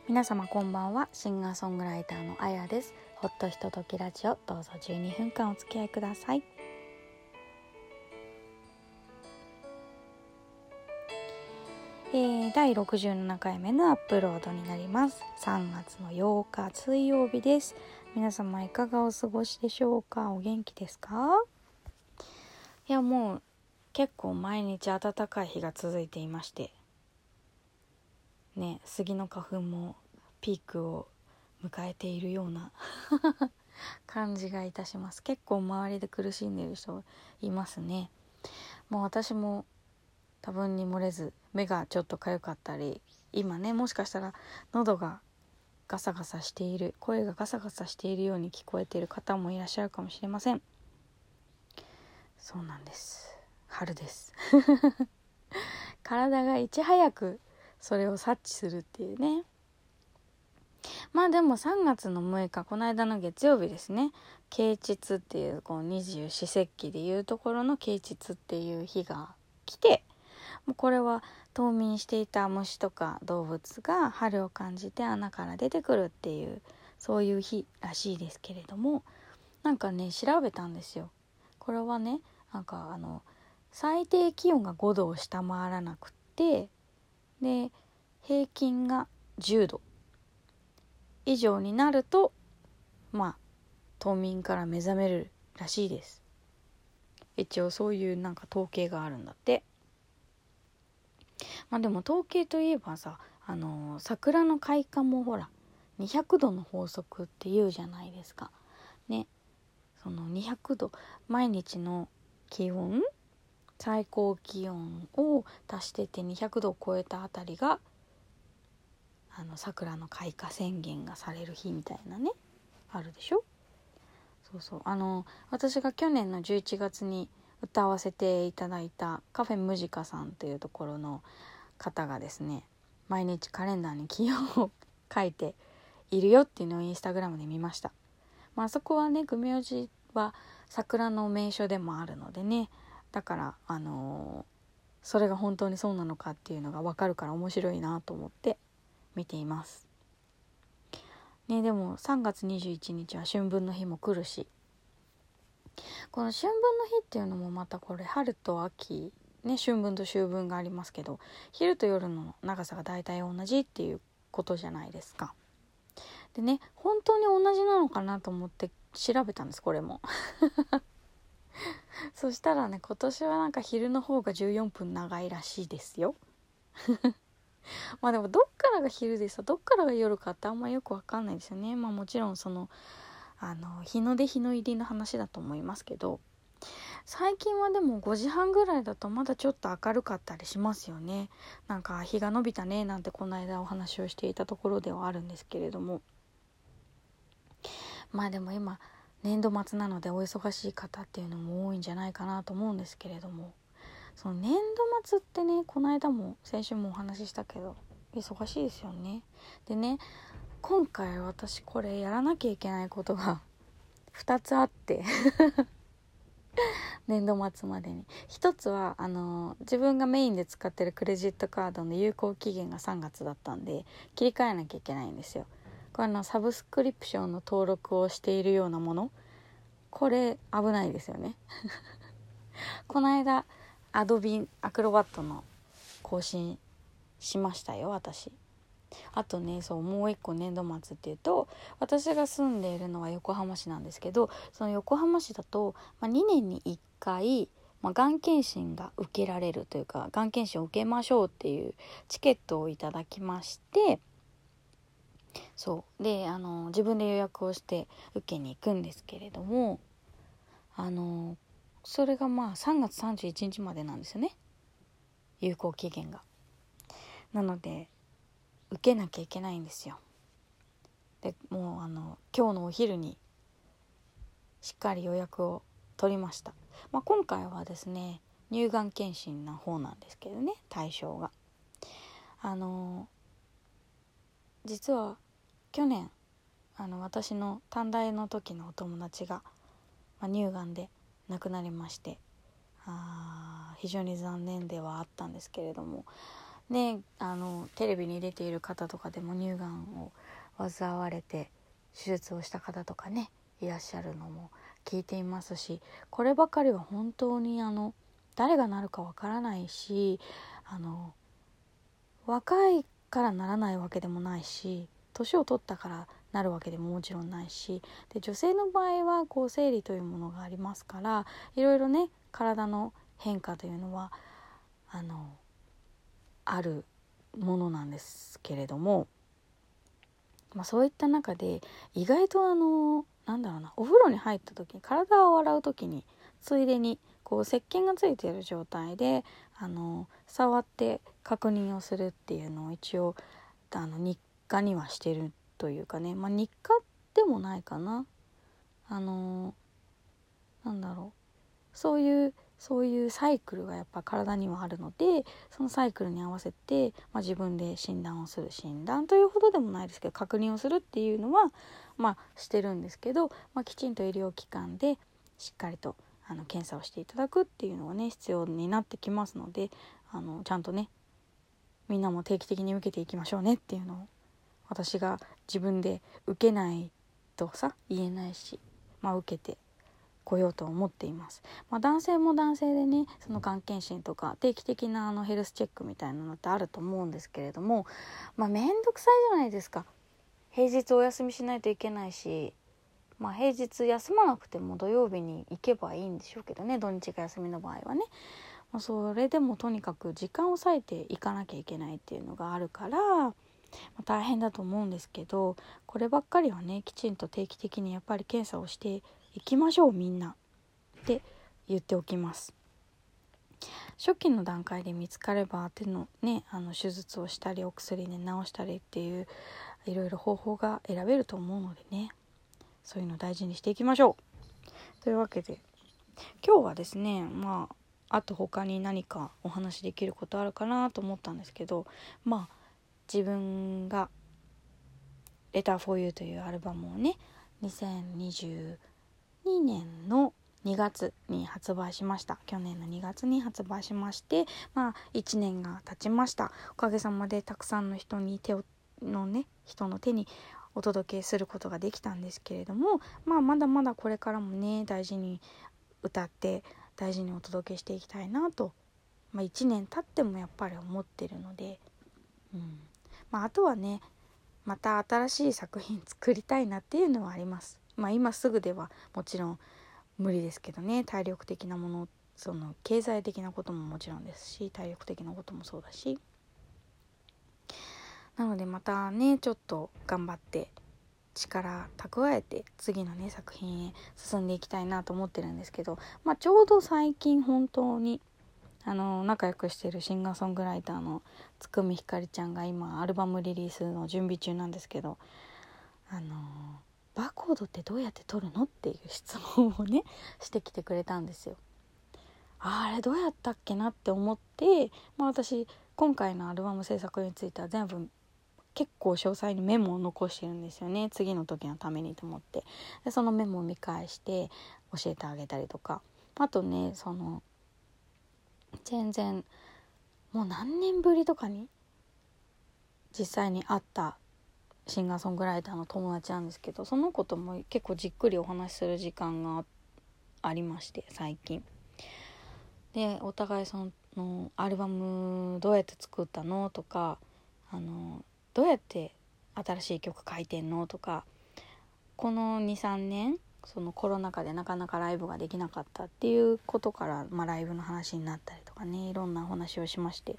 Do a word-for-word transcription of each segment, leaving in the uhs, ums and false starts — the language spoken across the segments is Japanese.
皆様こんばんは。シンガーソングライターのあやです。ほっとひとときラジオ、どうぞじゅうにふんかんお付き合いください。えー、だいろくじゅうななかいめのアップロードになります。さんがつのようか水曜日です。皆様いかがお過ごしでしょうか。お元気ですか？いや、もう結構毎日暖かい日が続いていましてね、杉の花粉もピークを迎えているような感じがいたします。結構周りで苦しんでいる人いますね。もう私も多分に漏れず目がちょっと痒かったり、今ね、もしかしたら喉がガサガサしている、声がガサガサしているように聞こえている方もいらっしゃるかもしれません。そうなんです。春です体がいち早くそれを察知するっていうね。まあでもさんがつのむいか、この間の月曜日ですね、啓蟄っていう、こう二十四節気でいうところの啓蟄っていう日が来て、もうこれは冬眠していた虫とか動物が春を感じて穴から出てくるっていう、そういう日らしいですけれども、なんかね調べたんですよ。これはね、なんかあの最低気温がごどを下回らなくって、で平均がじゅうど以上になると、まあ冬眠から目覚めるらしいです。一応そういうなんか統計があるんだって。まあでも統計といえばさ、あのー、桜の開花もほらにひゃくどの法則って言うじゃないですかね。そのにひゃくど、毎日の気温、最高気温を足しててにひゃくどを超えたあたりがあの桜の開花宣言がされる日みたいなね、あるでしょ。そうそう、あの私が去年のじゅういちがつに歌わせていただいたカフェムジカさんっていうところの方がですね、毎日カレンダーに気温を書いているよっていうのをインスタグラムで見ました。まあそこはね、組み寺は桜の名所でもあるのでね、だからあのー、それが本当にそうなのかっていうのが分かるから面白いなと思って見ていますね。でもさんがつにじゅういちにちは春分の日も来るし、この春分の日っていうのもまたこれ春と秋ね、春分と秋分がありますけど、昼と夜の長さが大体同じっていうことじゃないですか。でね、本当に同じなのかなと思って調べたんです、これもそしたらね、今年はなんか昼の方がじゅうよんぷん長いらしいですよまあでもどっからが昼でさ、どっからが夜かってあんまよくわかんないですよね。まあもちろんそのあの日の出日の入りの話だと思いますけど、最近はでもごじはんぐらいだとまだちょっと明るかったりしますよね。なんか日が伸びたねなんてこの間お話をしていたところではあるんですけれども、まあでも今年度末なのでお忙しい方っていうのも多いんじゃないかなと思うんですけれども、その年度末ってね、この間も先週もお話ししたけど忙しいですよね。でね、今回私これやらなきゃいけないことがふたつあって年度末までに。一つはあの自分がメインで使ってるクレジットカードの有効期限がさんがつだったんで切り替えなきゃいけないんですよ。これのサブスクリプションの登録をしているようなもの、これ危ないですよねこの間アドビアクロバットの更新しましたよ、私。あとね、そうもう一個年度末っていうと、私が住んでいるのは横浜市なんですけど、その横浜市だと、まあ、にねんにいっかい、まあ、がん検診が受けられるというか、がん検診を受けましょうっていうチケットをいただきまして、そうであの自分で予約をして受けに行くんですけれども、あのそれがまあさんがつさんじゅういちにちまでなんですよね、有効期限が。なので受けなきゃいけないんですよ。でもうあの今日のお昼にしっかり予約を取りました。まあ、今回はですね、乳がん検診の方なんですけどね、対象があの実は去年あの私の短大の時のお友達が、まあ、乳がんで亡くなりまして、あ非常に残念ではあったんですけれども、 ね、あのテレビに出ている方とかでも乳がんを患われて手術をした方とかねいらっしゃるのも聞いていますし、こればかりは本当にあの誰がなるかわからないし、あの若いからならないわけでもないし、年を取ったからなるわけでももちろんないし、で女性の場合はこう生理というものがありますから、いろいろね体の変化というのはあのあるものなんですけれども、まあ、そういった中で意外とあのなんだろうなお風呂に入った時に体を洗う時についでにこう石鹸がついている状態であの触って確認をするっていうのを一応あの日課にはしてるというかね、まあ、日課でもないかな、あのなんだろうそういうそういうサイクルがやっぱ体にはあるので、そのサイクルに合わせて、まあ、自分で診断をする、診断というほどでもないですけど確認をするっていうのはまあしてるんですけど、まあ、きちんと医療機関でしっかりとあの検査をしていただくっていうのがね必要になってきますので、あのちゃんとねみんなも定期的に受けていきましょうねっていうのを私が自分で受けないとさ言えないし、まあ受けてこようと思っています。まあ、男性も男性でねそのがん検診とか定期的なあのヘルスチェックみたいなのってあると思うんですけれども、まあめんどくさいじゃないですか。平日お休みしないといけないし、まあ平日休まなくても土曜日に行けばいいんでしょうけどね、土日が休みの場合はね、まあ、それでもとにかく時間を割いていかなきゃいけないっていうのがあるから、まあ、大変だと思うんですけど、こればっかりはねきちんと定期的にやっぱり検査をしていきましょうみんなって言っておきます。初期の段階で見つかれば手のねあの手術をしたりお薬で治したりっていういろいろ方法が選べると思うのでね、そういうの大事にしていきましょう。というわけで今日はですね、まああと他に何かお話できることあるかなと思ったんですけど、まあ自分がレターフォーユーというアルバムをねにせんにじゅうにねんのにがつに発売しました。去年のにがつに発売しまして、まあいちねんが経ちました。おかげさまでたくさんの人に手をのね人の手にお届けすることができたんですけれども、まあまだまだこれからもね大事に歌って大事にお届けしていきたいなと、まあ、いちねん経ってもやっぱり思ってるので、うんまあ、あとはねまた新しい作品作りたいなっていうのはあります。まあ今すぐではもちろん無理ですけどね、体力的なもの、その経済的なことももちろんですし体力的なこともそうだし、なのでまたねちょっと頑張って力蓄えて次のね作品へ進んでいきたいなと思ってるんですけど、まあちょうど最近本当にあの仲良くしているシンガーソングライターのつくみひかりちゃんが今アルバムリリースの準備中なんですけど、あのバーコードってどうやって取るのっていう質問をねしてきてくれたんですよ。あれどうやったっけなって思って、まあ、私今回のアルバム制作については全部結構詳細にメモを残してるんですよね、次の時のためにと思って。でそのメモを見返して教えてあげたりとか、あとねその全然もう何年ぶりとかに実際に会ったシンガーソングライターの友達なんですけど、その子とも結構じっくりお話しする時間がありまして最近で、お互いそのアルバムどうやって作ったのとか、あのどうやって新しい曲書いてんのとか、この にさんねんそのコロナ禍でなかなかライブができなかったっていうことから、まあ、ライブの話になったりとかね、いろんなお話をしまして、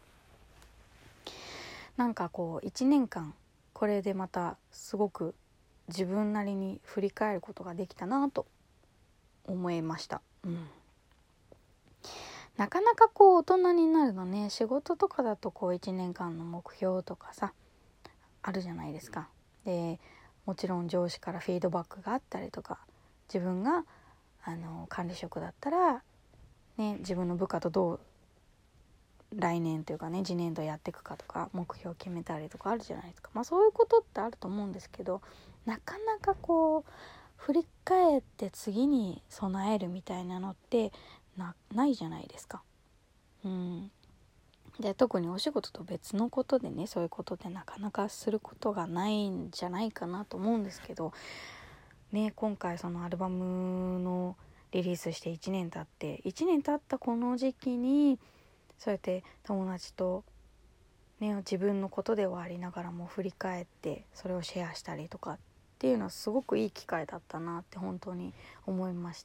なんかこういちねんかんこれでまたすごく自分なりに振り返ることができたなと思いました、うん、なかなかこう大人になるのね、仕事とかだとこういちねんかんの目標とかさあるじゃないですか。でもちろん上司からフィードバックがあったりとか、自分があの管理職だったら、ね、自分の部下とどう来年というかね次年度やっていくかとか目標を決めたりとかあるじゃないですか。まあそういうことってあると思うんですけど、なかなかこう振り返って次に備えるみたいなのって な, ないじゃないですか。うんで特にお仕事と別のことでね、そういうことでなかなかすることがないんじゃないかなと思うんですけどね、今回そのアルバムのリリースしていちねん経っていちねん経ったこの時期にそうやって友達とね、自分のことではありながらも振り返ってそれをシェアしたりとかっていうのはすごくいい機会だったなって本当に思いました。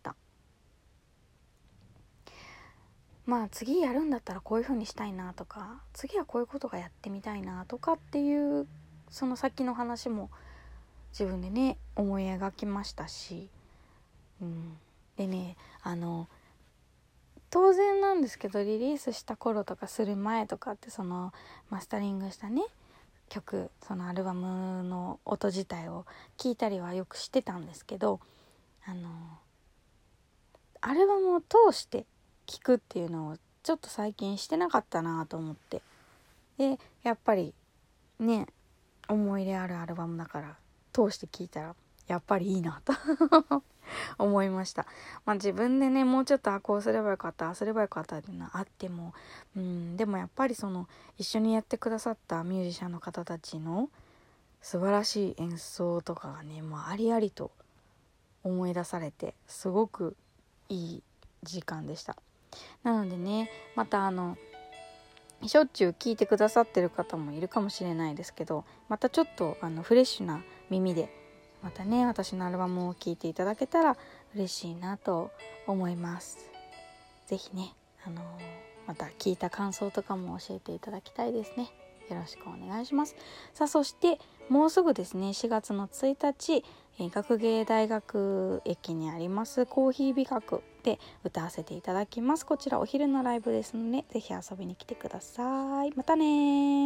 まあ次やるんだったらこういう風にしたいなとか、次はこういうことがやってみたいなとかっていうその先の話も自分でね思い描きましたし、うん、でねあの当然なんですけどリリースした頃とかする前とかってそのマスタリングしたね曲、そのアルバムの音自体を聞いたりはよくしてたんですけど、あのアルバムを通して聞くっていうのをちょっと最近してなかったなと思って、でやっぱりね思い入れあるアルバムだから通して聞いたらやっぱりいいなと思いました。まあ自分でねもうちょっとあこうすればよかったああすればよかったっていうのはあっても、うんでもやっぱりその一緒にやってくださったミュージシャンの方たちの素晴らしい演奏とかがねもうありありと思い出されてすごくいい時間でした。なのでねまたあのしょっちゅう聞いてくださってる方もいるかもしれないですけど、またちょっとあのフレッシュな耳でまたね私のアルバムを聴いていただけたら嬉しいなと思います。ぜひね、あのー、また聞いた感想とかも教えていただきたいですね。よろしくお願いします。さあそしてもうすぐですねしがつのついたち、えー、学芸大学駅にありますコーヒー美学で歌わせていただきます。こちらお昼のライブですのでぜひ遊びに来てください。またね。